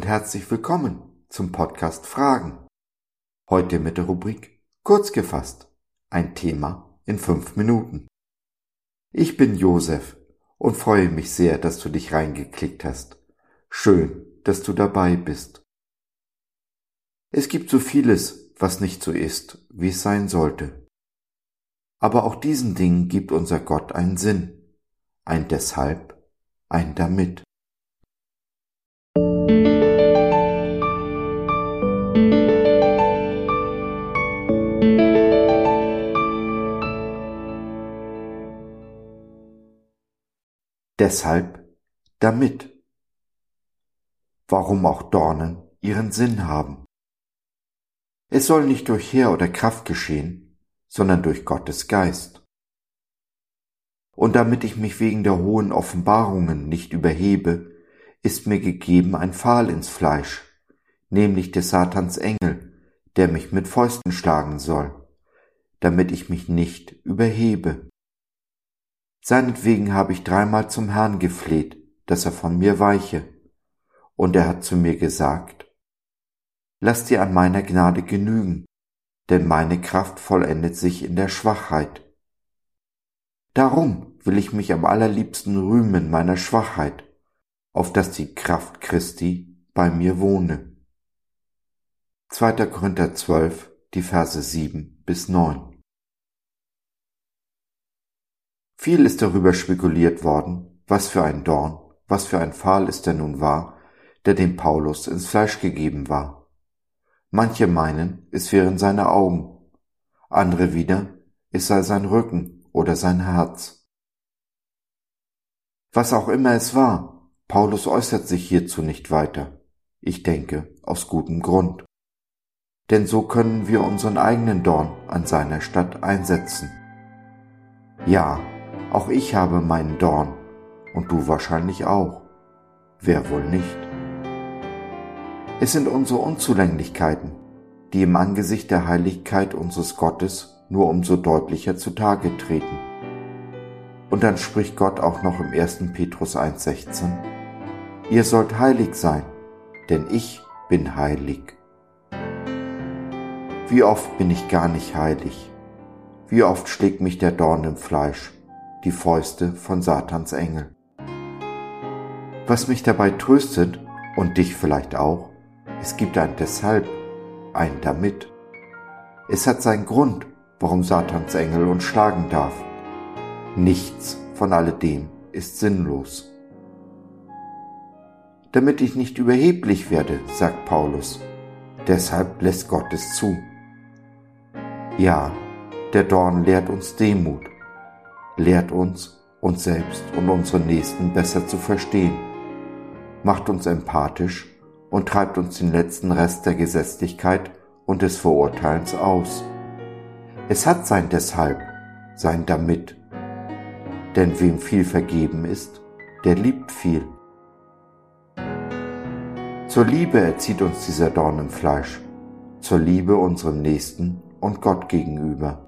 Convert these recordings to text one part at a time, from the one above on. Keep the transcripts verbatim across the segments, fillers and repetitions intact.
herzlich willkommen zum Podcast Fragen. Heute mit der Rubrik Kurz gefasst, ein Thema in fünf Minuten. Ich bin Josef und freue mich sehr, dass du dich reingeklickt hast. Schön, dass du dabei bist. Es gibt so vieles, was nicht so ist, wie es sein sollte. Aber auch diesen Dingen gibt unser Gott einen Sinn, ein Deshalb, ein Damit. Deshalb, damit. Warum auch Dornen ihren Sinn haben. Es soll nicht durch Heer oder Kraft geschehen, sondern durch Gottes Geist. Und damit ich mich wegen der hohen Offenbarungen nicht überhebe, ist mir gegeben ein Pfahl ins Fleisch, nämlich des Satans Engel, der mich mit Fäusten schlagen soll, damit ich mich nicht überhebe. Seinetwegen habe ich dreimal zum Herrn gefleht, dass er von mir weiche. Und er hat zu mir gesagt, lass dir an meiner Gnade genügen, denn meine Kraft vollendet sich in der Schwachheit. Darum will ich mich am allerliebsten rühmen meiner Schwachheit, auf dass die Kraft Christi bei mir wohne. zweiter Korinther zwölf, die Verse sieben bis neun. Viel ist darüber spekuliert worden, was für ein Dorn, was für ein Pfahl es denn nun war, der dem Paulus ins Fleisch gegeben war. Manche meinen, es wären seine Augen, andere wieder, es sei sein Rücken oder sein Herz. Was auch immer es war, Paulus äußert sich hierzu nicht weiter, ich denke, aus gutem Grund. Denn so können wir unseren eigenen Dorn an seiner Statt einsetzen. Ja, auch ich habe meinen Dorn, und du wahrscheinlich auch. Wer wohl nicht? Es sind unsere Unzulänglichkeiten, die im Angesicht der Heiligkeit unseres Gottes nur umso deutlicher zutage treten. Und dann spricht Gott auch noch im ersten Petrus eins sechzehn, ihr sollt heilig sein, denn ich bin heilig. Wie oft bin ich gar nicht heilig? Wie oft schlägt mich der Dorn im Fleisch, die Fäuste von Satans Engel? Was mich dabei tröstet, und dich vielleicht auch, es gibt ein Deshalb, ein Damit. Es hat seinen Grund, warum Satans Engel uns schlagen darf. Nichts von alledem ist sinnlos. Damit ich nicht überheblich werde, sagt Paulus, deshalb lässt Gott es zu. Ja, der Dorn lehrt uns Demut, lehrt uns, uns selbst und unsere Nächsten besser zu verstehen, macht uns empathisch und treibt uns den letzten Rest der Gesetzlichkeit und des Verurteilens aus. Es hat sein Deshalb, sein Damit. Denn wem viel vergeben ist, der liebt viel. Zur Liebe erzieht uns dieser Dorn im Fleisch, zur Liebe unserem Nächsten und Gott gegenüber.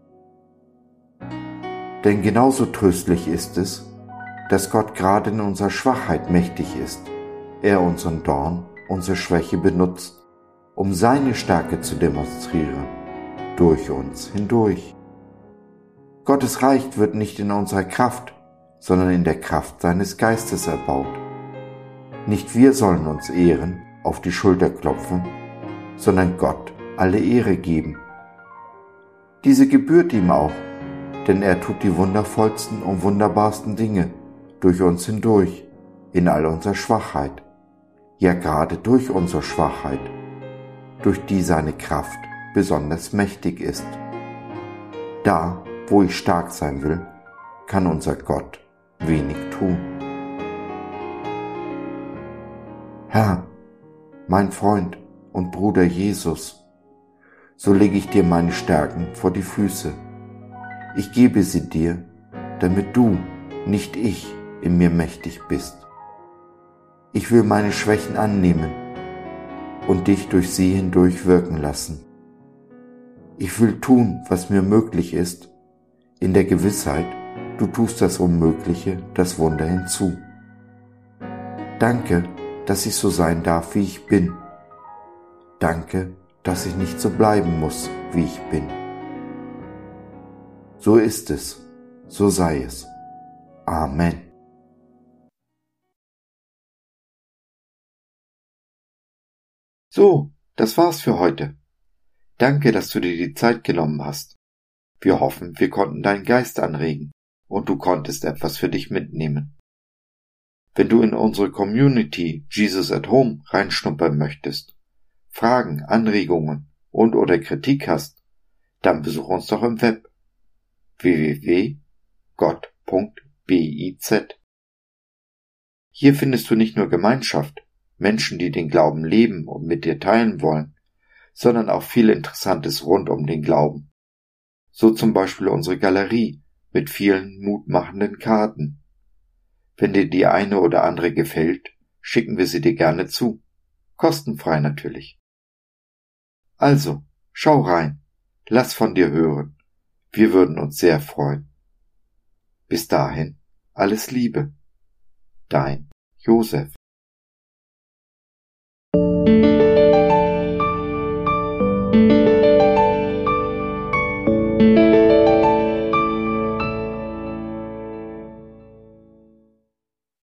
Denn genauso tröstlich ist es, dass Gott gerade in unserer Schwachheit mächtig ist, er unseren Dorn, unsere Schwäche benutzt, um seine Stärke zu demonstrieren, durch uns hindurch. Gottes Reich wird nicht in unserer Kraft, sondern in der Kraft seines Geistes erbaut. Nicht wir sollen uns ehren, auf die Schulter klopfen, sondern Gott alle Ehre geben. Diese gebührt ihm auch, denn er tut die wundervollsten und wunderbarsten Dinge durch uns hindurch, in all unserer Schwachheit, ja gerade durch unsere Schwachheit, durch die seine Kraft besonders mächtig ist. Da, wo ich stark sein will, kann unser Gott wenig tun. Herr, mein Freund und Bruder Jesus, so lege ich dir meine Stärken vor die Füße. Ich gebe sie dir, damit du, nicht ich, in mir mächtig bist. Ich will meine Schwächen annehmen und dich durch sie hindurch wirken lassen. Ich will tun, was mir möglich ist, in der Gewissheit, du tust das Unmögliche, das Wunder hinzu. Danke, dass ich so sein darf, wie ich bin. Danke, dass ich nicht so bleiben muss, wie ich bin. So ist es, so sei es. Amen. So, das war's für heute. Danke, dass du dir die Zeit genommen hast. Wir hoffen, wir konnten deinen Geist anregen und du konntest etwas für dich mitnehmen. Wenn du in unsere Community Jesus at Home reinschnuppern möchtest, Fragen, Anregungen und oder Kritik hast, dann besuch uns doch im Web w w w punkt gott punkt biz. Hier findest du nicht nur Gemeinschaft, Menschen, die den Glauben leben und mit dir teilen wollen, sondern auch viel Interessantes rund um den Glauben. So zum Beispiel unsere Galerie mit vielen mutmachenden Karten. Wenn dir die eine oder andere gefällt, schicken wir sie dir gerne zu. Kostenfrei natürlich. Also, schau rein, lass von dir hören. Wir würden uns sehr freuen. Bis dahin, alles Liebe. Dein Josef.